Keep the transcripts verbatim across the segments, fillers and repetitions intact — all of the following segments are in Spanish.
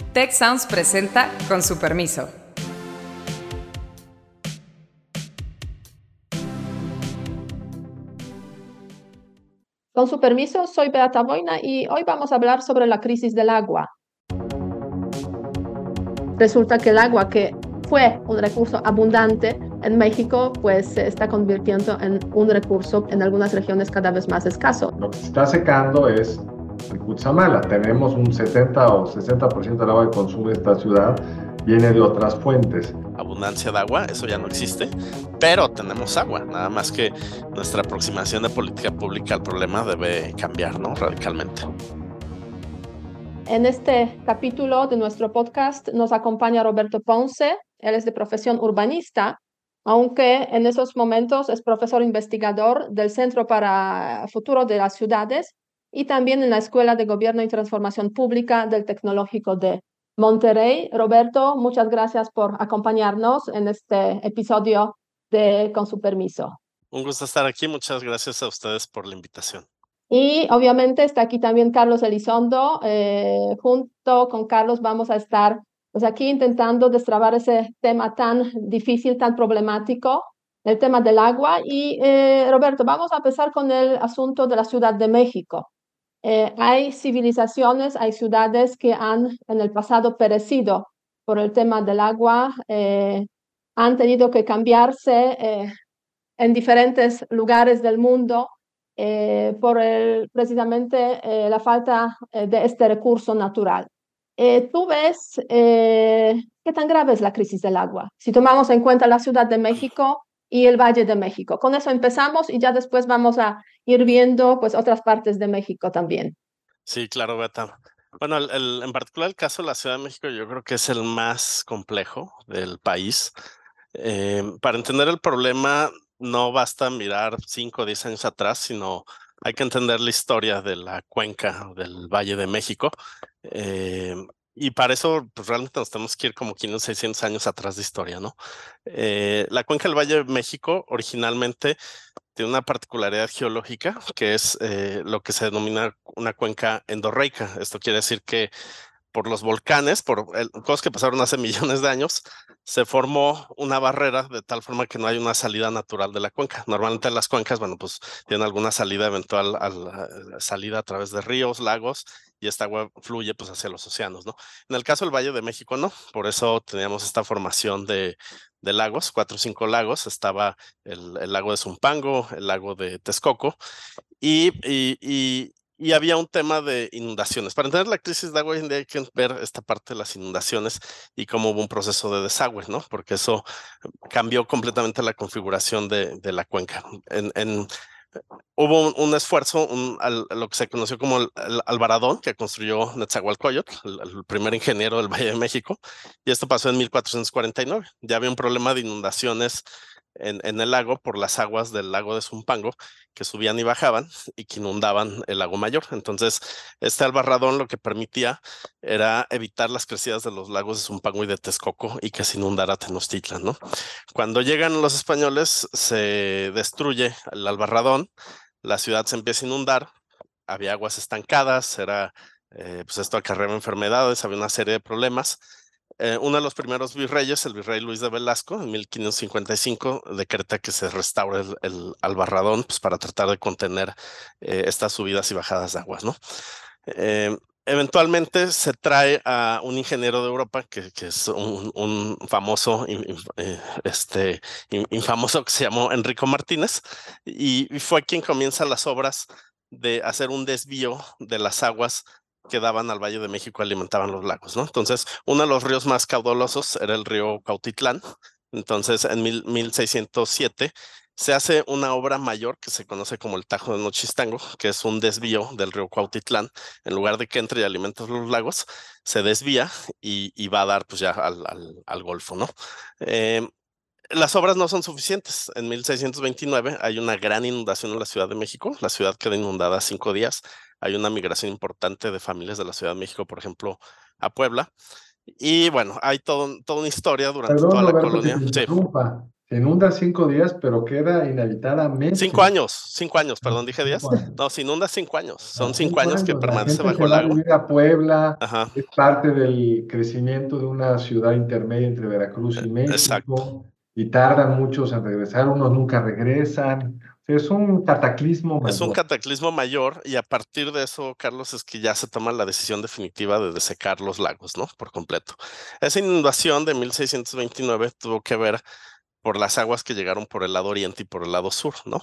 Tech Sounds presenta Con su permiso. Con su permiso, soy Beata Boina y hoy vamos a hablar sobre la crisis del agua. Resulta que el agua, que fue un recurso abundante en México, pues se está convirtiendo en un recurso en algunas regiones cada vez más escaso. Lo que se está secando es el Cutzamala. Tenemos un setenta o sesenta por ciento del agua que consume esta ciudad viene de otras fuentes. Abundancia de agua, eso ya no existe, pero tenemos agua, nada más que nuestra aproximación de política pública al problema debe cambiar, ¿no? Radicalmente. En este capítulo de nuestro podcast nos acompaña Roberto Ponce. Él es de profesión urbanista, aunque en esos momentos es profesor investigador del Centro para el Futuro de las Ciudades y también en la Escuela de Gobierno y Transformación Pública del Tecnológico de Monterrey. Roberto, muchas gracias por acompañarnos en este episodio de Con su permiso. Un gusto estar aquí, muchas gracias a ustedes por la invitación. Y obviamente está aquí también Carlos Elizondo. Eh, junto con Carlos vamos a estar pues, aquí intentando destrabar ese tema tan difícil, tan problemático, el tema del agua. Y eh, Roberto, vamos a empezar con el asunto de la Ciudad de México. Eh, hay civilizaciones, hay ciudades que han en el pasado perecido por el tema del agua, eh, han tenido que cambiarse eh, en diferentes lugares del mundo eh, por el, precisamente eh, la falta eh, de este recurso natural. Eh, ¿Tú ves eh, qué tan grave es la crisis del agua? Si tomamos en cuenta la Ciudad de México y el Valle de México. Con eso empezamos y ya después vamos a ir viendo pues otras partes de México también. Sí, claro, Beta. Bueno, el, el, en particular el caso de la Ciudad de México yo creo que es el más complejo del país. Eh, para entender el problema no basta mirar cinco o diez años atrás, sino hay que entender la historia de la cuenca del Valle de México. Eh, y para eso pues, realmente nos tenemos que ir como quinientos, seiscientos años atrás de historia, ¿no? Eh, la cuenca del Valle de México originalmente tiene una particularidad geológica que es eh, lo que se denomina una cuenca endorreica. Esto quiere decir que por los volcanes, por el, cosas que pasaron hace millones de años, se formó una barrera de tal forma que no hay una salida natural de la cuenca. Normalmente las cuencas, bueno, pues tienen alguna salida eventual a la, la salida a través de ríos, lagos, y esta agua fluye pues hacia los océanos, ¿no? En el caso del Valle de México, no. Por eso teníamos esta formación de, de lagos, cuatro o cinco lagos. Estaba el, el lago de Zumpango, el lago de Texcoco, y, y, y Y había un tema de inundaciones. Para entender la crisis de agua hoy en día hay que ver esta parte de las inundaciones y cómo hubo un proceso de desagüe, ¿no? Porque eso cambió completamente la configuración de, de la cuenca. En, en, hubo un, un esfuerzo, un, al, lo que se conoció como el, el Alvaradón, que construyó Netzahualcóyotl, el, el primer ingeniero del Valle de México, y esto pasó en mil cuatrocientos cuarenta y nueve. Ya había un problema de inundaciones En, en el lago por las aguas del lago de Zumpango que subían y bajaban y que inundaban el lago mayor. Entonces, este albarradón lo que permitía era evitar las crecidas de los lagos de Zumpango y de Texcoco y que se inundara Tenochtitlan, ¿no? Cuando llegan los españoles, se destruye el albarradón, la ciudad se empieza a inundar, había aguas estancadas, era, eh, pues esto acarreaba enfermedades, había una serie de problemas. Eh, uno de los primeros virreyes, el virrey Luis de Velasco, en mil quinientos cincuenta y cinco, decreta que se restaure el, el albarradón pues, para tratar de contener eh, estas subidas y bajadas de aguas, ¿no? Eh, eventualmente se trae a un ingeniero de Europa, que, que es un, un famoso, eh, este, infamoso que se llamó Enrico Martínez, y, y fue quien comienza las obras de hacer un desvío de las aguas que daban al Valle de México, alimentaban los lagos, ¿no? Entonces, uno de los ríos más caudalosos era el río Cuautitlán. Entonces, en mil, mil seiscientos siete se hace una obra mayor que se conoce como el Tajo de Nochistango, que es un desvío del río Cuautitlán. En lugar de que entre y alimente los lagos, se desvía y, y va a dar pues ya al, al, al Golfo, ¿no? Eh, las obras no son suficientes. En mil seiscientos veintinueve hay una gran inundación en la Ciudad de México. La ciudad queda inundada cinco días. Hay una migración importante de familias de la Ciudad de México, por ejemplo, a Puebla. Y bueno, hay todo, toda una historia durante Perdón, toda la Roberto, que colonia. te Sí. interrumpa. Se inunda cinco días, pero queda inhabitada meses. Cinco años, cinco años, perdón, dije días. Cinco años. No, se inunda cinco años. Son A cinco cinco años que años. La permanece gente bajo se el va a lago. vivir a Puebla, Ajá, es parte del crecimiento de una ciudad intermedia entre Veracruz y exacto. México, y tardan muchos en regresar, unos nunca regresan. O sea, es un cataclismo Es un mayor. cataclismo mayor y a partir de eso, Carlos, es que ya se toma la decisión definitiva de desecar los lagos, ¿no? Por completo. Esa inundación de mil seiscientos veintinueve tuvo que ver por las aguas que llegaron por el lado oriente y por el lado sur, ¿no?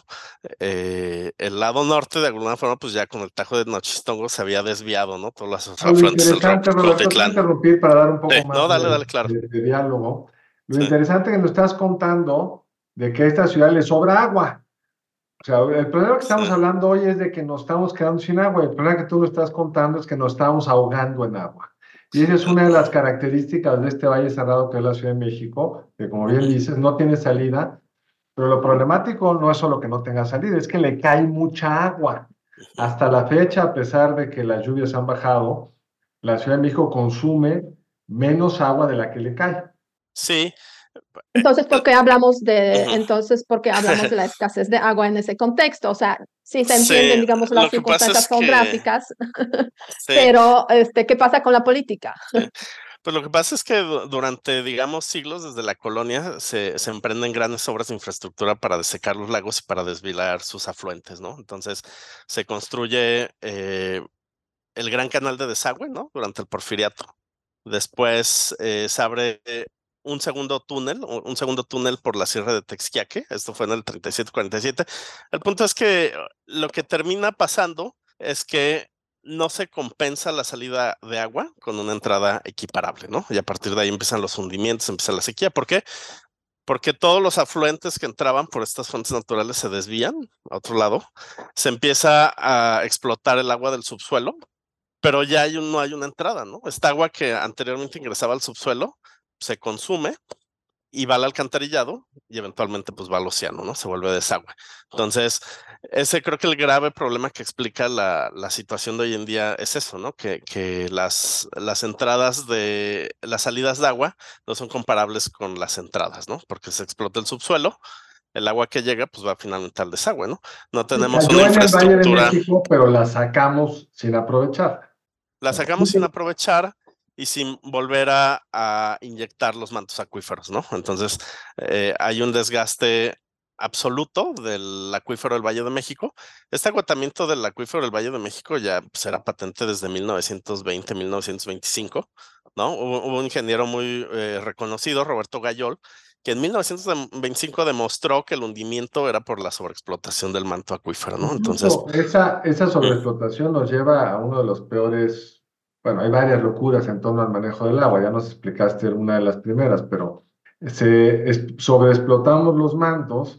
Eh, el lado norte, de alguna forma, pues ya con el Tajo de Nochistongo se había desviado, ¿no? Todos los Ah, lo afluentes del río interesante, Roberto, te voy a Cuautitlán. interrumpir para dar un Sí, poco no, más dale, de, dale, claro. de- de diálogo. Lo Sí. interesante que nos estás contando de que a esta ciudad le sobra agua. O sea, el problema que estamos Sí. hablando hoy es de que nos estamos quedando sin agua. El problema que tú nos estás contando es que nos estamos ahogando en agua. Y esa es una de las características de este valle cerrado que es la Ciudad de México, que como bien dices, no tiene salida, pero lo problemático no es solo que no tenga salida, es que le cae mucha agua. Hasta la fecha, a pesar de que las lluvias han bajado, la Ciudad de México consume menos agua de la que le cae. Sí. Entonces, ¿por qué hablamos de, Ujú. entonces, ¿por qué hablamos de la escasez de agua en ese contexto? O sea, sí se Sí, entienden, digamos, lo las que pasa circunstancias es que geográficas, sí, pero este, ¿qué pasa con la política? sí. Pues lo que pasa es que du- durante, digamos, siglos desde la colonia se, se emprenden grandes obras de infraestructura para desecar los lagos y para desviar sus afluentes, ¿no? Entonces se construye eh, el gran canal de desagüe, ¿no? Durante el Porfiriato. Después eh, se abre eh, un segundo túnel, un un segundo túnel por la Sierra de Texquiaque. Esto fue en el treinta y siete cuarenta y siete. El punto es que uh, lo que termina pasando es que no se compensa la salida de agua con una entrada equiparable, ¿no? Y a partir de ahí empiezan los hundimientos, empieza la sequía. ¿Por qué? Porque todos los afluentes que entraban por estas fuentes naturales se desvían a otro lado. Se empieza a explotar el agua del subsuelo, pero ya hay un- no hay una entrada, ¿no? Esta agua que anteriormente ingresaba al subsuelo se consume y va al alcantarillado y eventualmente pues va al océano, ¿no? Se vuelve desagüe. Entonces, ese creo que el grave problema que explica la, la situación de hoy en día es eso, ¿no? Que, que las, las entradas de, las salidas de agua no son comparables con las entradas, ¿no? Porque se explota el subsuelo, el agua que llega pues va finalmente al desagüe, ¿no? No tenemos una Cayó en el Valle de infraestructura. México, pero la sacamos sin aprovechar. La sacamos sin aprovechar y sin volver a, a inyectar los mantos acuíferos, ¿no? Entonces, eh, hay un desgaste absoluto del acuífero del Valle de México. Este agotamiento del acuífero del Valle de México ya será patente desde mil novecientos veinte, mil novecientos veinticinco, ¿no? Hubo, hubo un ingeniero muy eh, reconocido, Roberto Gayol, que en mil novecientos veinticinco demostró que el hundimiento era por la sobreexplotación del manto acuífero, ¿no? Entonces, Incluso esa, esa mm, sobreexplotación nos lleva a uno de los peores, bueno, hay varias locuras en torno al manejo del agua, ya nos explicaste una de las primeras, pero se es- sobreexplotamos los mantos,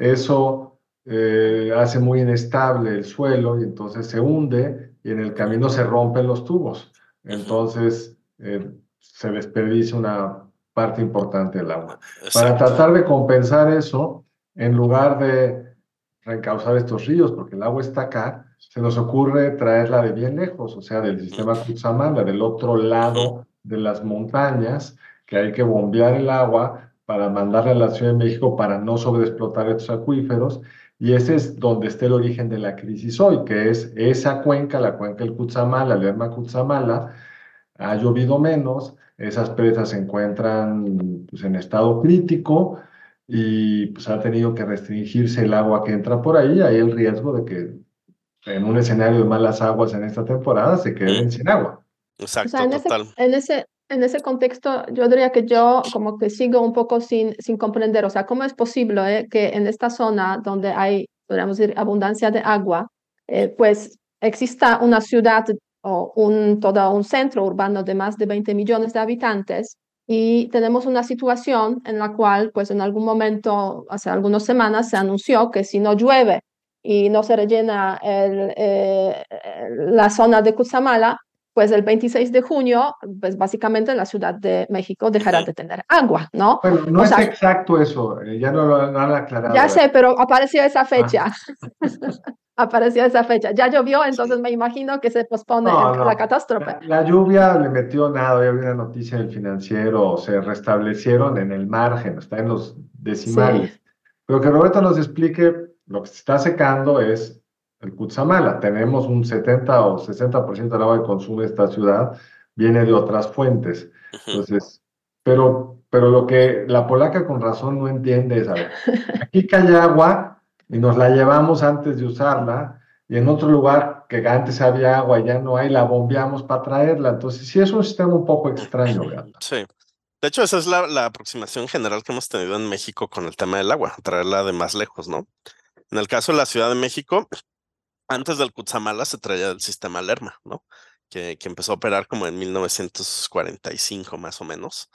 eso eh, hace muy inestable el suelo y entonces se hunde y en el camino se rompen los tubos. ujú, Entonces eh, se desperdicia una parte importante del agua. Para exacto. tratar de compensar eso, en lugar de reencauzar estos ríos, porque el agua está acá, se nos ocurre traerla de bien lejos, o sea, del sistema Cutzamala, del otro Ujú. lado de las montañas, que hay que bombear el agua para mandarla a la Ciudad de México para no sobreexplotar estos acuíferos, y ese es donde está el origen de la crisis hoy, que es esa cuenca, la cuenca del Cutzamala, el Lerma Cutzamala, ha llovido menos, esas presas se encuentran pues, en estado crítico y pues ha tenido que restringirse el agua que entra por ahí. Hay el riesgo de que en un escenario de malas aguas en esta temporada se Mm, queden sin agua. O sea, exacto, en ese, total. en ese, en ese contexto, yo diría que yo como que sigo un poco sin, sin comprender, o sea, ¿cómo es posible eh, que en esta zona donde hay, podríamos decir, abundancia de agua, eh, pues exista una ciudad o un, todo un centro urbano de más de veinte millones de habitantes y tenemos una situación en la cual, pues en algún momento, hace algunas semanas, se anunció que si no llueve y no se rellena el, eh, la zona de Cutzamala, pues el veintiséis de junio, pues básicamente la Ciudad de México dejará de tener agua, ¿no? Bueno, no O es sea, exacto eso, eh, ya no lo no han aclarado. ya sé, pero apareció esa Ah. fecha. Apareció esa fecha. Ya llovió, entonces me imagino que se pospone No, el- no. la catástrofe. La, la lluvia le metió nada, ya había una noticia en el Financiero, se restablecieron en el margen, está en los Sí, decimales. Pero que Roberto nos explique, lo que se está secando es el Cutzamala. Tenemos un setenta o sesenta por ciento del agua que consume esta ciudad, viene de otras fuentes. Ujú. Entonces, pero, pero lo que la polaca con razón no entiende es, a ver, aquí cae agua y nos la llevamos antes de usarla, y en otro lugar que antes había agua y ya no hay, la bombeamos para traerla. Entonces, sí es un sistema un poco extraño, ¿verdad? Sí. De hecho, esa es la, la aproximación general que hemos tenido en México con el tema del agua, traerla de más lejos, ¿no? En el caso de la Ciudad de México, antes del Cutzamala se traía el sistema Lerma, ¿no? Que, que empezó a operar como en mil novecientos cuarenta y cinco más o menos.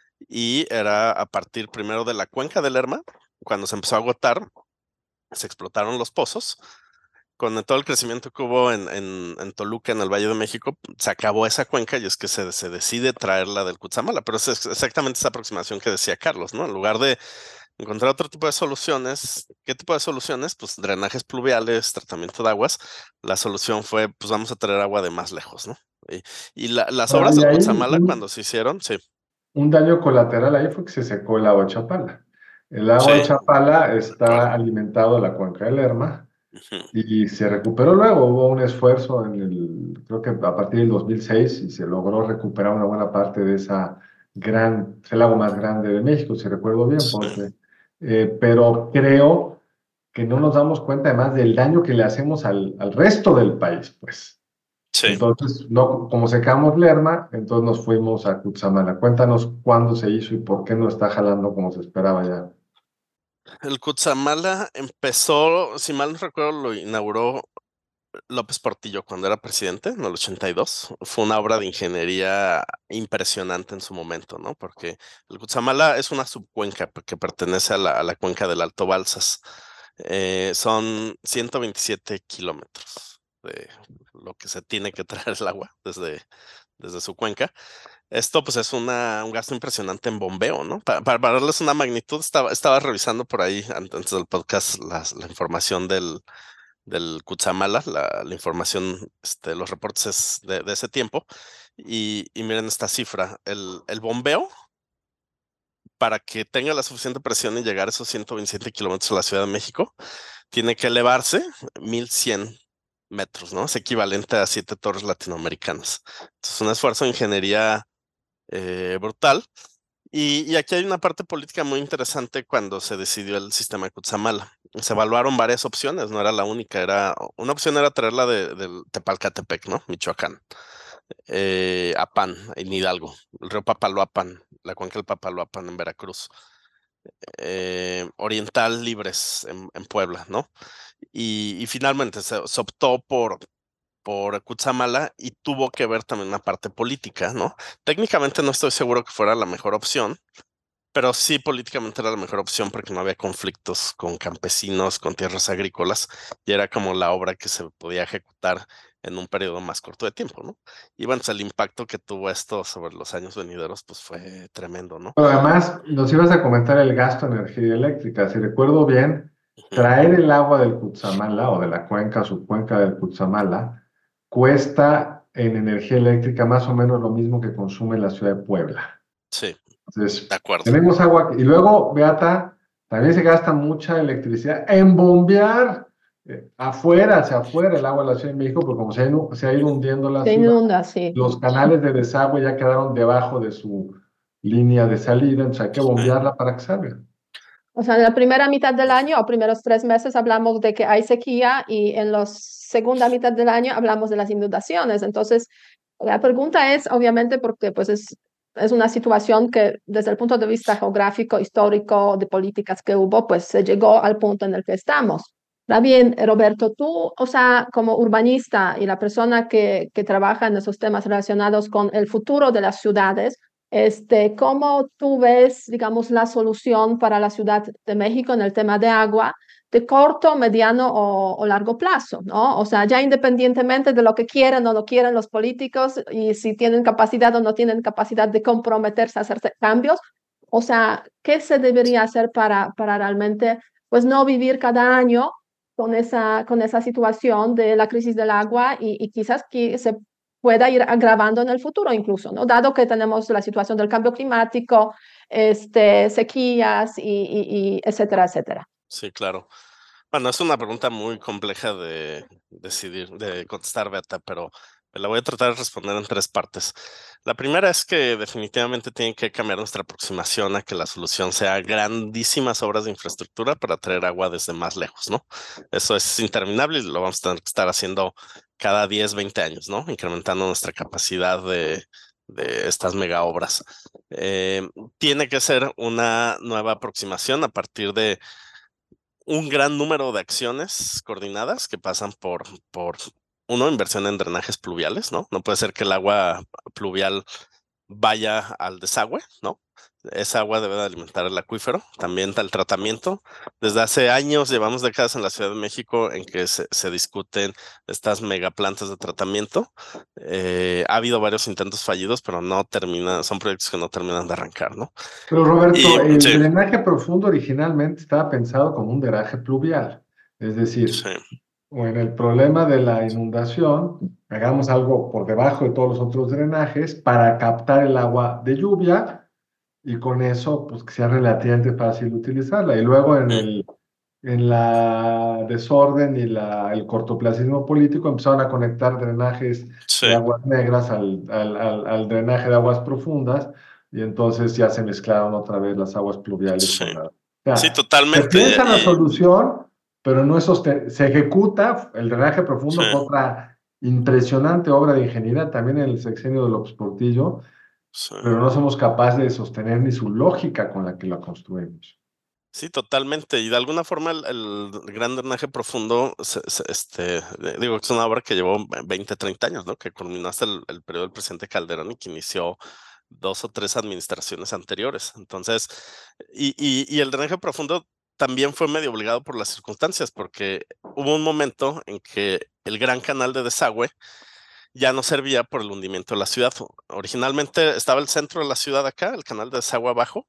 Y era a partir primero de la cuenca del Lerma, cuando se empezó a agotar, se explotaron los pozos. Con todo el crecimiento que hubo en, en, en Toluca, en el Valle de México, se acabó esa cuenca y es que se, se decide traerla del Cutzamala, pero es exactamente esa aproximación que decía Carlos, ¿no? En lugar de encontrar otro tipo de soluciones, ¿qué tipo de soluciones? Pues drenajes pluviales, tratamiento de aguas. La solución fue, pues vamos a traer agua de más lejos, ¿no? Y, y la, las Ahora, obras y del ahí Cutzamala, un, cuando se hicieron, sí, un daño colateral ahí fue que se secó el agua de Chapala. El agua de sí, Chapala claro. está alimentado de la cuenca del Lerma Ujú. y se recuperó luego. Hubo un esfuerzo en el, creo que a partir del dos mil seis, y se logró recuperar una buena parte de esa gran, es el lago más grande de México, si recuerdo bien, Sí, porque, eh, pero creo que no nos damos cuenta además del daño que le hacemos al, al resto del país, pues. sí. Entonces, no, como secamos Lerma, entonces nos fuimos a Cutzamala. Cuéntanos cuándo se hizo y por qué no está jalando como se esperaba ya. El Cutzamala empezó, si mal no recuerdo, lo inauguró López Portillo cuando era presidente en el ochenta y dos. Fue una obra de ingeniería impresionante en su momento, ¿no? Porque el Cutzamala es una subcuenca que pertenece a la, a la cuenca del Alto Balsas. Eh, son ciento veintisiete kilómetros de lo que se tiene que traer el agua desde, desde su cuenca. Esto pues es una, un gasto impresionante en bombeo, ¿no? Para, para, para darles una magnitud, estaba, estaba revisando por ahí antes del podcast las- la información del, del Cutzamala, la, la información, este, los reportes es de, de ese tiempo. Y, y miren esta cifra, el, el bombeo, para que tenga la suficiente presión y llegar a esos ciento veintisiete kilómetros a la Ciudad de México, tiene que elevarse mil cien metros, ¿no? Es equivalente a siete torres latinoamericanas. Entonces, un esfuerzo de ingeniería eh, brutal. Y, y aquí hay una parte política muy interesante cuando se decidió el sistema de Cutzamala. Se evaluaron varias opciones, no era la única. Era, una opción era traerla de, del Tepalcatepec, ¿no? Michoacán, eh, Apan, en Hidalgo, el río Papaloapan, la cuenca del Papaloapan en Veracruz, eh, Oriental Libres en, en Puebla, ¿no? Y, y finalmente se, se optó por, por Cutzamala y tuvo que ver también una parte política, ¿no? Técnicamente no estoy seguro que fuera la mejor opción, pero sí políticamente era la mejor opción porque no había conflictos con campesinos, con tierras agrícolas, y era como la obra que se podía ejecutar en un periodo más corto de tiempo, ¿no? Y bueno, pues el impacto que tuvo esto sobre los años venideros, pues fue tremendo, ¿no? Pero además, nos ibas a comentar el gasto de energía eléctrica. Si recuerdo bien, Ujú. traer el agua del Cutzamala o de la cuenca, subcuenca del Cutzamala, cuesta en energía eléctrica más o menos lo mismo que consume la ciudad de Puebla. Sí, Entonces, de acuerdo. tenemos agua. Y luego, Beata, también se gasta mucha electricidad en bombear eh, afuera, hacia afuera el agua de la Ciudad de México, porque como se ha, ido- se ha ido hundiendo la se ciudad, inunda, sí. los canales de desagüe ya quedaron debajo de su línea de salida, entonces hay que Sí. bombearla para que salga. O sea, en la primera mitad del año o primeros tres meses hablamos de que hay sequía y en la segunda mitad del año hablamos de las inundaciones. Entonces, la pregunta es, obviamente, porque pues es, es una situación que desde el punto de vista geográfico, histórico, de políticas que hubo, pues se llegó al punto en el que estamos. Ahora bien, Roberto, tú, o sea, como urbanista y la persona que, que trabaja en esos temas relacionados con el futuro de las ciudades, este, ¿cómo tú ves, digamos, la solución para la Ciudad de México en el tema de agua? de corto, mediano o, o largo plazo, ¿no? O sea, ya independientemente de lo que quieran o no quieran los políticos y si tienen capacidad o no tienen capacidad de comprometerse a hacer cambios, o sea, ¿qué se debería hacer para, para realmente, pues, no vivir cada año con esa, con esa situación de la crisis del agua y, y quizás que se pueda ir agravando en el futuro incluso, ¿no? Dado que tenemos la situación del cambio climático, este, sequías y, y, y etcétera, etcétera. Sí, claro. Bueno, es una pregunta muy compleja de decidir, de contestar, Beata, pero me la voy a tratar de responder en tres partes. La primera es que definitivamente tiene que cambiar nuestra aproximación a que la solución sea grandísimas obras de infraestructura para traer agua desde más lejos, ¿no? Eso es interminable y lo vamos a tener que estar haciendo cada diez, veinte años, ¿no? Incrementando nuestra capacidad de, de estas mega obras. Eh, tiene que ser una nueva aproximación a partir de un gran número de acciones coordinadas que pasan por, por, uno, inversión en drenajes pluviales, ¿no? No puede ser que el agua pluvial vaya al desagüe, ¿no? Esa agua debe de alimentar el acuífero, también el tratamiento. Desde hace años, llevamos décadas en la Ciudad de México en que se, se discuten estas megaplantas de tratamiento. Eh, ha habido varios intentos fallidos, pero no terminan, son proyectos que no terminan de arrancar, ¿no? Pero Roberto, Y, el sí, drenaje profundo originalmente estaba pensado como un drenaje pluvial, es decir, sí, o en el problema de la inundación, hagamos algo por debajo de todos los otros drenajes para captar el agua de lluvia y con eso, pues que sea relativamente fácil utilizarla. Y luego en mm, el, en la desorden y la, el cortoplacismo político empezaron a conectar drenajes sí, de aguas negras al, al, al, al drenaje de aguas profundas y entonces ya se mezclaron otra vez las aguas pluviales sí. con la... O Sí, sea, se totalmente. piensa la Y solución, pero no es sosten- se ejecuta. El drenaje sí, profundo fue otra impresionante obra de ingeniería también en el sexenio de López Portillo, sí. pero no somos capaces de sostener ni su lógica con la que la construimos. Sí, totalmente. Y de alguna forma el, el gran drenaje profundo, se- se- este, de- digo, es una obra que llevó veinte, treinta años, ¿no? Que culminó hasta el, el periodo del presidente Calderón y que inició dos o tres administraciones anteriores. Entonces, y, y, y el drenaje profundo también fue medio obligado por las circunstancias, porque hubo un momento en que el gran canal de desagüe ya no servía por el hundimiento de la ciudad. Originalmente estaba el centro de la ciudad acá, el canal de desagüe abajo,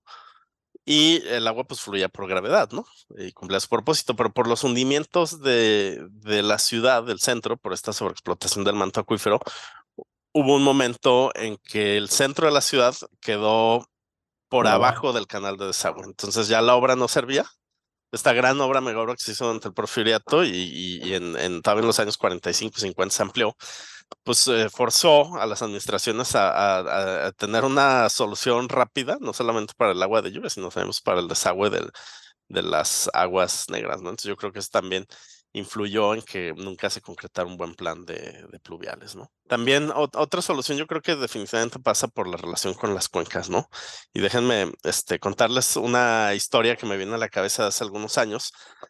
y el agua pues fluía por gravedad, ¿no? Y cumplía su propósito, pero por los hundimientos de, de la ciudad, del centro, por esta sobreexplotación del manto acuífero, hubo un momento en que el centro de la ciudad quedó por Por abajo. abajo del canal de desagüe. Entonces ya la obra no servía. Esta gran obra, mega obra que se hizo durante el Porfiriato y, y, y en, en, todavía en los años cuarenta y cinco, cincuenta se amplió, pues eh, forzó a las administraciones a, a, a, tener una solución rápida, no solamente para el agua de lluvia, sino también para el desagüe del, de las aguas negras, ¿no? Entonces yo creo que eso también influyó en que nunca se concretara un buen plan de, de pluviales, ¿no? También o, otra solución yo creo que definitivamente pasa por la relación con las cuencas, ¿no? Y déjenme este, contarles una historia que me viene a la cabeza hace algunos años.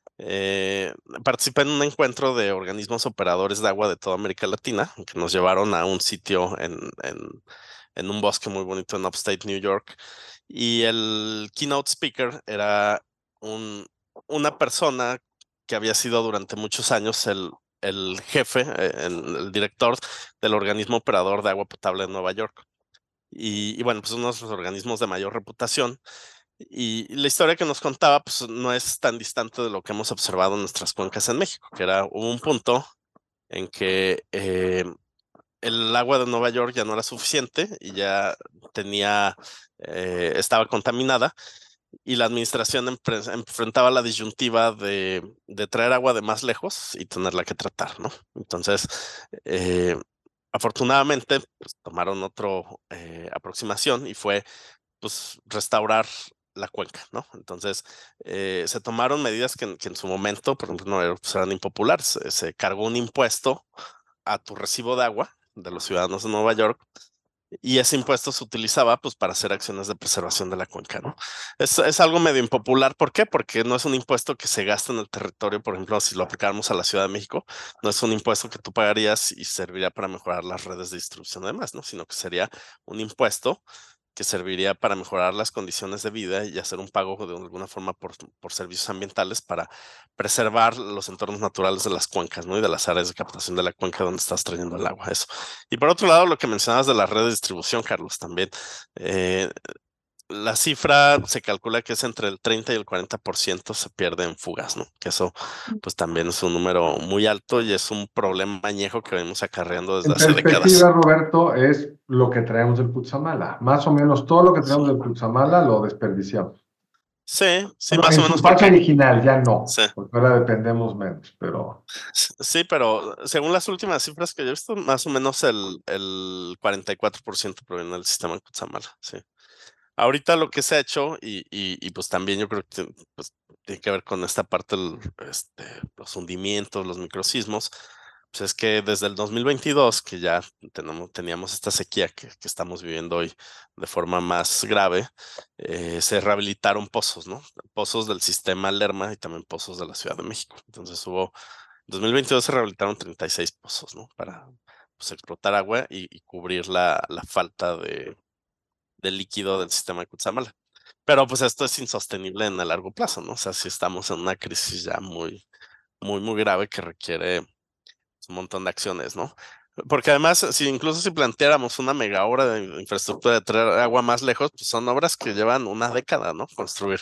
Eh, participé en un encuentro de organismos operadores de agua de toda América Latina, que nos llevaron a un sitio en, en, en un bosque muy bonito en Upstate New York. Y el keynote speaker era un, una persona que había sido durante muchos años el, el jefe, eh, el, el director del organismo operador de agua potable de Nueva York. Y, y bueno, pues uno de los organismos de mayor reputación. Y la historia que nos contaba, pues no es tan distante de lo que hemos observado en nuestras cuencas en México, que era hubo un punto en que eh, el agua de Nueva York ya no era suficiente y ya tenía, eh, estaba contaminada y la administración empre- enfrentaba la disyuntiva de, de traer agua de más lejos y tenerla que tratar, ¿no? Entonces, eh, afortunadamente, pues, tomaron otra eh, aproximación y fue pues restaurar la cuenca, ¿no? Entonces, eh, se tomaron medidas que, que en su momento, por ejemplo, no eran, pues, eran impopulares. Se, se cargó un impuesto a tu recibo de agua de los ciudadanos de Nueva York y ese impuesto se utilizaba pues para hacer acciones de preservación de la cuenca, ¿no? Es, es algo medio impopular. ¿Por qué? Porque no es un impuesto que se gasta en el territorio, por ejemplo, si lo aplicáramos a la Ciudad de México, no es un impuesto que tú pagarías y serviría para mejorar las redes de distribución además, ¿no? Sino que sería un impuesto que serviría para mejorar las condiciones de vida y hacer un pago de alguna forma por, por servicios ambientales para preservar los entornos naturales de las cuencas, ¿no? Y de las áreas de captación de la cuenca donde estás trayendo el agua, eso. Y por otro lado, lo que mencionabas de la red de distribución, Carlos, también. Eh, la cifra se calcula que es entre el treinta y el cuarenta por ciento se pierde en fugas, ¿no? Que eso pues también es un número muy alto y es un problema añejo que venimos acarreando desde En hace perspectiva, décadas. Roberto, es lo que traemos del Cutzamala. Más o menos todo lo que traemos Sí. del Cutzamala lo desperdiciamos. Sí, sí, Bueno, más en o menos su fase porque... original ya no, Sí. porque ahora dependemos menos, pero... Sí, pero según las últimas cifras que yo he visto, más o menos el, el cuarenta y cuatro por ciento proviene del sistema Cutzamala, sí. Ahorita lo que se ha hecho, y, y, y pues también yo creo que pues, tiene que ver con esta parte, del, este, los hundimientos, los microsismos, pues es que desde el dos mil veintidós, que ya tenemos, teníamos esta sequía que, que estamos viviendo hoy de forma más grave, eh, se rehabilitaron pozos, ¿no? Pozos del sistema Lerma y también pozos de la Ciudad de México. Entonces hubo, en dos mil veintidós se rehabilitaron treinta y seis pozos, ¿no? Para pues, explotar agua y, y cubrir la, la falta de del líquido del sistema de Cutzamala. Pero pues esto es insostenible en el largo plazo, ¿no? O sea, si estamos en una crisis ya muy, muy, muy grave que requiere un montón de acciones, ¿no? Porque además, si incluso si planteáramos una mega obra de infraestructura de traer agua más lejos, pues son obras que llevan una década, ¿no? Construir.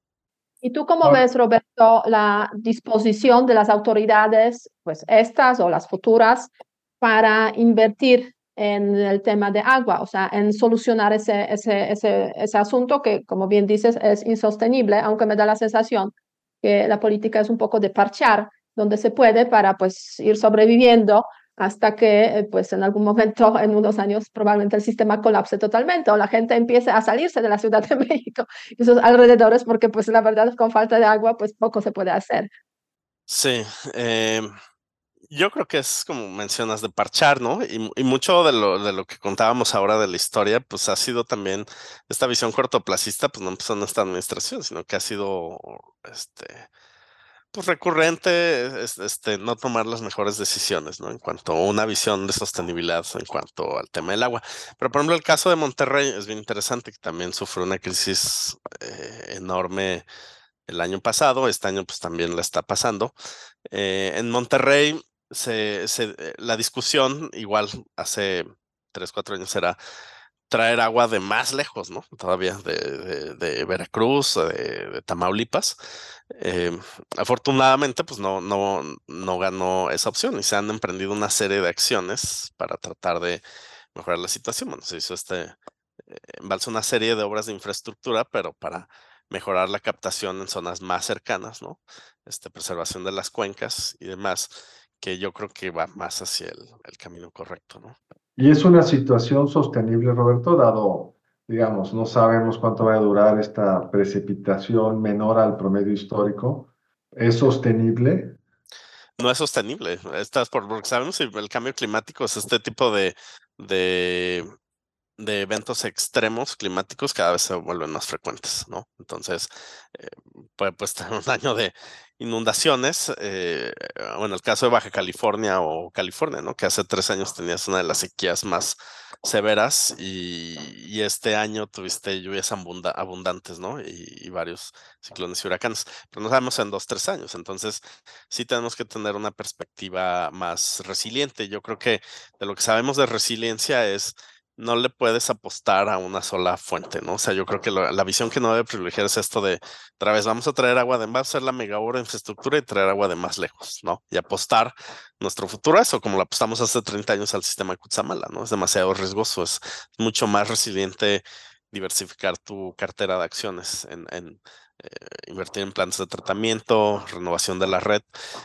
¿Y tú cómo Ahora, ves, Roberto, la disposición de las autoridades, pues estas o las futuras, para invertir en el tema de agua, o sea, en solucionar ese, ese, ese, ese asunto que, como bien dices, es insostenible, aunque me da la sensación que la política es un poco de parchar donde se puede para pues ir sobreviviendo hasta que eh, pues en algún momento, en unos años, probablemente el sistema colapse totalmente o la gente empiece a salirse de la Ciudad de México y sus alrededores porque pues la verdad con falta de agua pues poco se puede hacer. Sí, eh, yo creo que es como mencionas de parchar, ¿no? Y, y mucho de lo, de lo que contábamos ahora de la historia, pues ha sido también esta visión cortoplacista, pues no empezó en esta administración, sino que ha sido, este, pues recurrente, es- este, no tomar las mejores decisiones, ¿no? En cuanto a una visión de sostenibilidad en cuanto al tema del agua. Pero por ejemplo, el caso de Monterrey es bien interesante, que también sufrió una crisis eh, enorme el año pasado, este año pues también la está pasando. Eh, en Monterrey, se, se, eh, la discusión, igual hace tres, cuatro años, era traer agua de más lejos, ¿no? Todavía de, de, de Veracruz, de, de Tamaulipas. Eh, afortunadamente, pues no, no, no ganó esa opción y se han emprendido una serie de acciones para tratar de mejorar la situación. Bueno, se hizo este eh, embalse, una serie de obras de infraestructura, pero para mejorar la captación en zonas más cercanas, ¿no? Este, preservación de las cuencas y demás, que yo creo que va más hacia el, el camino correcto, ¿no? y es una situación sostenible, Roberto, dado, digamos, no sabemos cuánto va a durar esta precipitación menor al promedio histórico. ¿Es sostenible? No es sostenible. Estas, por lo que sabemos, el cambio climático es este tipo de, de, de eventos extremos climáticos cada vez se vuelven más frecuentes, ¿no? Entonces, eh, puede pues tener un año de inundaciones, eh, o en el caso de Baja California o California, ¿no? Que hace tres años tenías una de las sequías más severas y, y este año tuviste lluvias abunda- abundantes, ¿no? Y, y varios ciclones y huracanes, pero no sabemos en dos, tres años, entonces sí tenemos que tener una perspectiva más resiliente. Yo creo que de lo que sabemos de resiliencia es no le puedes apostar a una sola fuente, ¿no? O sea, yo creo que lo- la visión que no debe privilegiar es esto de, otra vez, vamos a traer agua de, vamos a hacer la mega obra de infraestructura y traer agua de más lejos, ¿no? Y apostar nuestro futuro a eso, como lo apostamos hace treinta años al sistema de Cutzamala, ¿no? Es demasiado riesgoso, es mucho más resiliente diversificar tu cartera de acciones en, en eh, invertir en plantas de tratamiento, renovación de la red,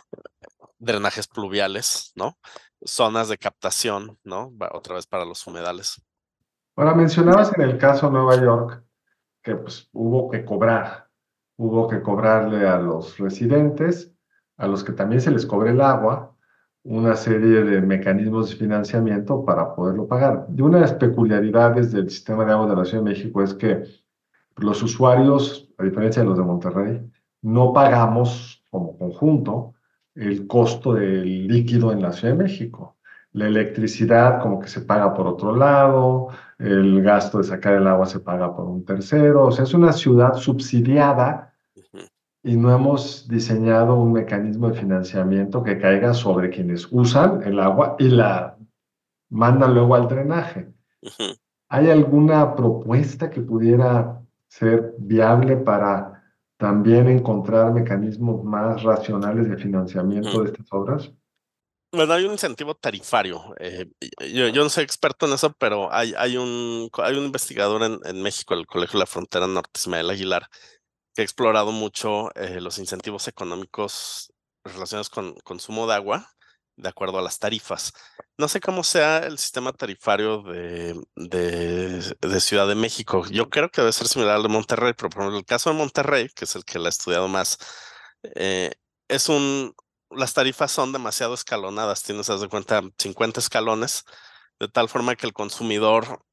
drenajes pluviales, ¿no? Zonas de captación, ¿no? Va- Otra vez para los humedales. Ahora, mencionabas en el caso Nueva York que pues, hubo que cobrar, hubo que cobrarle a los residentes, a los que también se les cobre el agua, una serie de mecanismos de financiamiento para poderlo pagar. Y una de las peculiaridades del sistema de agua de la Ciudad de México es que los usuarios, a diferencia de los de Monterrey, no pagamos como conjunto el costo del líquido en la Ciudad de México. La electricidad como que se paga por otro lado, el gasto de sacar el agua se paga por un tercero, o sea, es una ciudad subsidiada Ujú, y no hemos diseñado un mecanismo de financiamiento que caiga sobre quienes usan el agua y la mandan luego al drenaje. ujú. ¿Hay alguna propuesta que pudiera ser viable para también encontrar mecanismos más racionales de financiamiento Ujú. de estas obras? Bueno, hay un incentivo tarifario. eh, y- yo, yo no soy experto en eso, pero hay, hay un, co- hay un investigador en, en México, el Colegio de la Frontera Norte, Ismael Aguilar, que ha explorado mucho eh, los incentivos económicos relacionados con consumo de agua, de acuerdo a las tarifas. No sé cómo sea el sistema tarifario de, de, de Ciudad de México. Yo creo que debe ser similar al de Monterrey, pero por ejemplo, el caso de Monterrey, que es el que la he estudiado más, eh, es un, las tarifas son demasiado escalonadas. Tienes, haz de cuenta, cincuenta escalones, de tal forma que el consumidor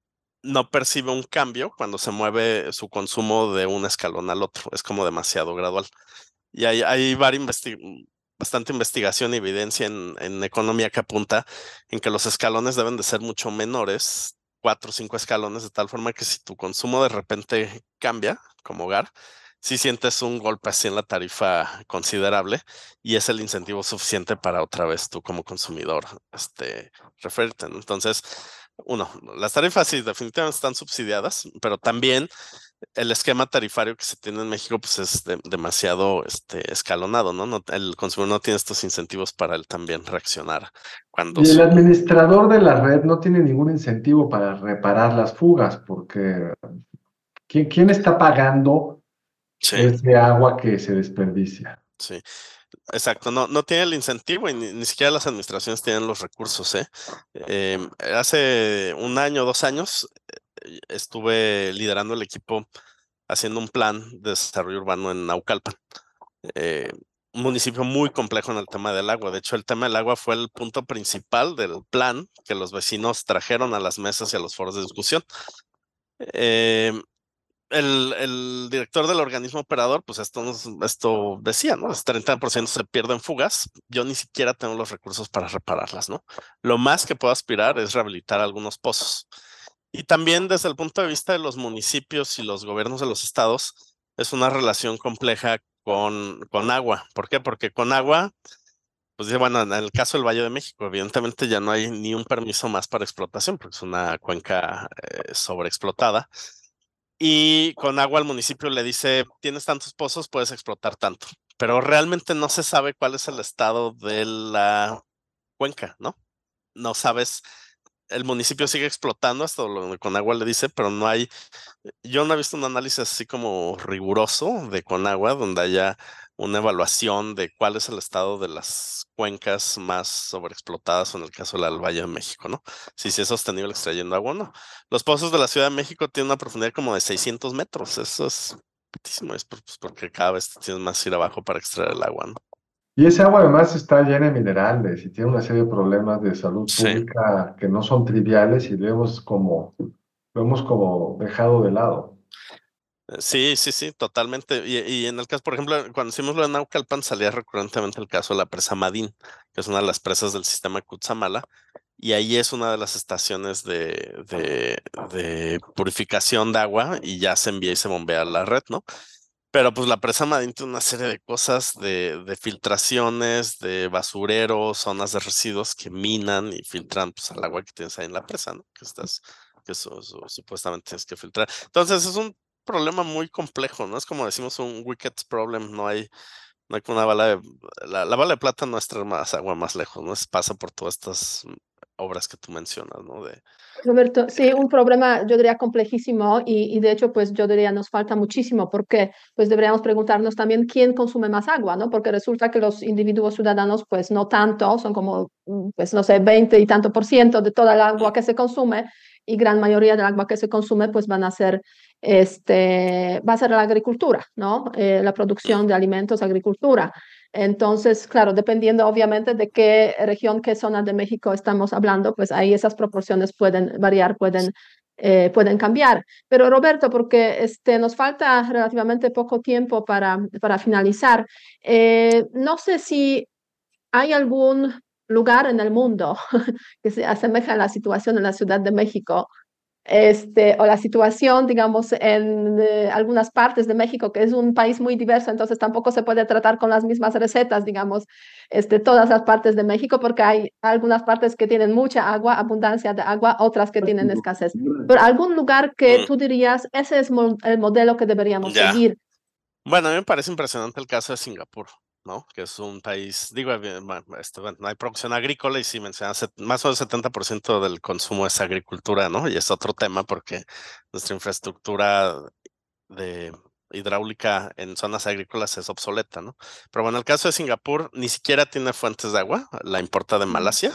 no percibe un cambio cuando se mueve su consumo de un escalón al otro. Es como demasiado gradual. Y hay, hay vari- investi- bastante investigación y evidencia en, en economía que apunta en que los escalones deben de ser mucho menores, cuatro o cinco escalones, de tal forma que si tu consumo de repente cambia como hogar, si sientes un golpe así en la tarifa considerable y es el incentivo suficiente para otra vez tú como consumidor este, referirte, ¿no? Entonces, uno, las tarifas sí definitivamente están subsidiadas, pero también el esquema tarifario que se tiene en México pues es de- demasiado este, escalonado, ¿no? No- El consumidor no tiene estos incentivos para él también reaccionar cuando Y el su... administrador de la red no tiene ningún incentivo para reparar las fugas, porque ¿quién, quién está pagando Sí, ese agua que se desperdicia? sí, exacto. No, no tiene el incentivo y ni, ni siquiera las administraciones tienen los recursos, ¿eh? Em, hace un año, dos años, eh, estuve liderando el equipo haciendo un plan de desarrollo urbano en Naucalpan. eh, un municipio muy complejo en el tema del agua. De hecho, el tema del agua fue el punto principal del plan que los vecinos trajeron a las mesas y a los foros de discusión. Eh, el, el director del organismo operador, pues esto, nos- esto decía, ¿no? Es treinta por ciento se pierden fugas. Yo ni siquiera tengo los recursos para repararlas, ¿no? Lo más que puedo aspirar es rehabilitar algunos pozos. Y también desde el punto de vista de los municipios y los gobiernos de los estados, es una relación compleja con, con agua. ¿Por qué? Porque con agua, pues dice, bueno, en el caso del Valle de México, evidentemente ya no hay ni un permiso más para explotación, porque es una cuenca eh, sobreexplotada. Y con agua el municipio le dice, tienes tantos pozos, puedes explotar tanto. Pero realmente no se sabe cuál es el estado de la cuenca, ¿no? No sabes, el municipio sigue explotando hasta lo que con agua le dice, pero no hay, yo no he visto un análisis así como riguroso de Conagua, donde haya una evaluación de cuál es el estado de las cuencas más sobreexplotadas, o en el caso del Valle de México, ¿no? Si, si es sostenible extrayendo agua o no. Los pozos de la Ciudad de México tienen una profundidad como de seiscientos metros, eso es altísimo, es por- pues porque cada vez tienes más ir abajo para extraer el agua, ¿no? Y esa agua además está llena de minerales y tiene una serie de problemas de salud Sí. pública que no son triviales y lo hemos como, lo hemos como dejado de lado. Sí, sí, sí, totalmente. Y, y en el caso, por ejemplo, cuando hicimos lo de Naucalpan, salía recurrentemente el caso de la presa Madín, que es una de las presas del sistema Cutzamala, y ahí es una de las estaciones de, de, de purificación de agua y ya se envía y se bombea a la red, ¿no? Pero pues la presa Madín tiene una serie de cosas, de, de filtraciones, de basureros, zonas de residuos que minan y filtran pues, al agua que tienes ahí en la presa, ¿no? Que estás, que su- su- supuestamente tienes que filtrar. Entonces es un problema muy complejo, ¿no? Es como decimos un wicked problem, no hay, no hay una bala de, la, la bala de plata no es traer más agua más lejos, ¿no? Es, pasa por todas estas mm, obras que tú mencionas, ¿no? De, Roberto, sí, un problema yo diría complejísimo y, y de hecho pues yo diría nos falta muchísimo porque pues deberíamos preguntarnos también quién consume más agua, ¿no? Porque resulta que los individuos ciudadanos pues no tanto, son como mm, pues no sé, veinte y tanto por ciento de toda el agua que se consume y gran mayoría del agua que se consume pues van a ser, este, va a ser la agricultura, ¿no? Eh, la mm, producción de alimentos, agricultura. Entonces, claro, dependiendo obviamente de qué región, qué zona de México estamos hablando, pues ahí esas proporciones pueden variar, pueden, eh, pueden cambiar. Pero Roberto, porque este, nos falta relativamente poco tiempo para, para finalizar, eh, no sé si hay algún lugar en el mundo que se asemeja a la situación en la Ciudad de México este, o la situación, digamos, en eh, algunas partes de México, que es un país muy diverso, entonces tampoco se puede tratar con las mismas recetas, digamos, este, todas las partes de México, porque hay algunas partes que tienen mucha agua, abundancia de agua, otras que tienen escasez. Pero algún lugar que Mm. tú dirías, ese es mo- el modelo que deberíamos Ya. seguir. Bueno, a mí me parece impresionante el caso de Singapur, ¿no? Que es un país, digo, eh, bueno, este, bueno, no hay producción agrícola y si mencionas, set- más o menos setenta por ciento del consumo es agricultura, ¿no? Y es otro tema porque nuestra infraestructura de hidráulica en zonas agrícolas es obsoleta, ¿no? Pero bueno, el caso de Singapur ni siquiera tiene fuentes de agua, la importa de Malasia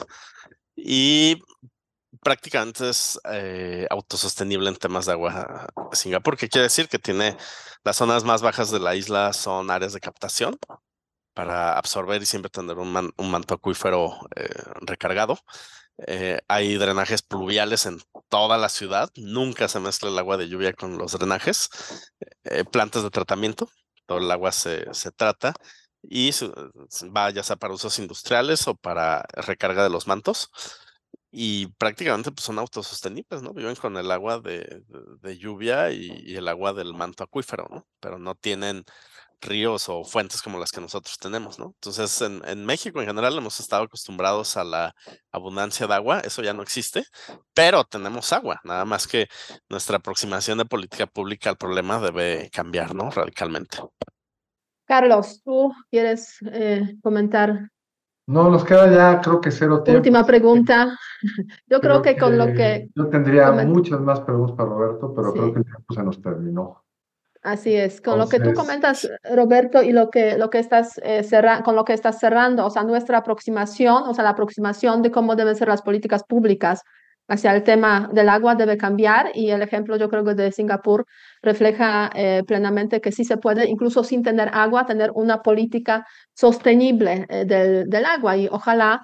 y prácticamente es eh, autosostenible en temas de agua Singapur, que quiere decir que tiene las zonas más bajas de la isla son áreas de captación para absorber y siempre tener un, man- un manto acuífero eh, recargado. Eh, hay drenajes pluviales en toda la ciudad, nunca se mezcla el agua de lluvia con los drenajes, eh, plantas de tratamiento, todo el agua se, se trata y su- va ya sea para usos industriales o para recarga de los mantos. Y prácticamente pues, son autosostenibles, ¿no? Viven con el agua de, de- de lluvia y, y el agua del manto acuífero, ¿no? Pero no tienen ríos o fuentes como las que nosotros tenemos, ¿no? Entonces, en, en México en general hemos estado acostumbrados a la abundancia de agua, eso ya no existe, pero tenemos agua, nada más que nuestra aproximación de política pública al problema debe cambiar, ¿no? Radicalmente. Carlos, ¿tú quieres eh, comentar? No, nos queda ya creo que cero tiempo. Última pregunta. Yo creo Creo que con lo que yo tendría coment- muchas más preguntas para Roberto, pero Sí. creo que el tiempo se nos terminó. Así es, con lo que tú Entonces, comentas, Roberto, y lo que, lo que estás eh, cerra- con lo que estás cerrando, o sea, nuestra aproximación, o sea, la aproximación de cómo deben ser las políticas públicas hacia el tema del agua debe cambiar y el ejemplo yo creo que de Singapur refleja eh, plenamente que sí se puede, incluso sin tener agua, tener una política sostenible eh, del, del agua y ojalá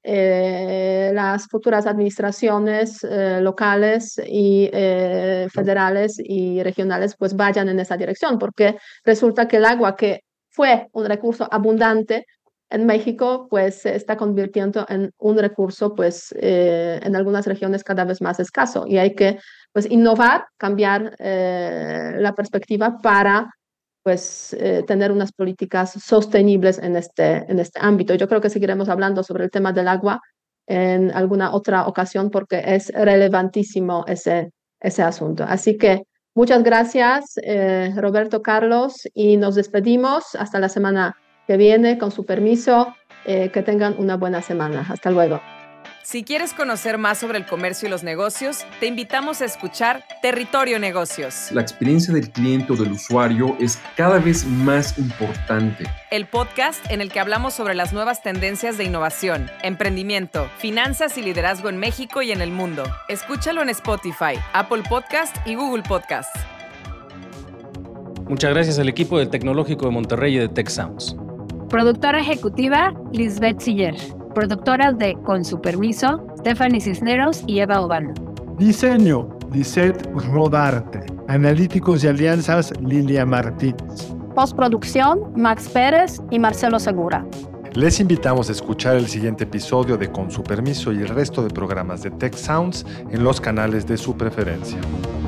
eh, las futuras administraciones eh, locales y eh, federales y regionales pues vayan en esa dirección, porque resulta que el agua que fue un recurso abundante en México pues se está convirtiendo en un recurso pues eh, en algunas regiones cada vez más escaso y hay que pues innovar, cambiar eh, la perspectiva para pues eh, tener unas políticas sostenibles en este, en este ámbito. Yo creo que seguiremos hablando sobre el tema del agua en alguna otra ocasión porque es relevantísimo ese, ese asunto. Así que muchas gracias, eh, Roberto, Carlos, y nos despedimos hasta la semana que viene, con su permiso. Eh, que tengan una buena semana. Hasta luego. Si quieres conocer más sobre el comercio y los negocios, te invitamos a escuchar Territorio Negocios, La experiencia del cliente o del usuario es cada vez más importante. el podcast en el que hablamos sobre las nuevas tendencias de innovación, emprendimiento, finanzas y liderazgo en México y en el mundo. Escúchalo en Spotify, Apple Podcast y Google Podcast. Muchas gracias al equipo del Tecnológico de Monterrey y de Tech Sounds. Productora ejecutiva, Lisbeth Siller. Productoras de Con su permiso, Stephanie Cisneros y Eva Obano. Diseño, Lisette Rodarte. Analíticos y alianzas, Lilia Martínez. Postproducción, Max Pérez y Marcelo Segura. Les invitamos a escuchar el siguiente episodio de Con su permiso y el resto de programas de Tech Sounds en los canales de su preferencia.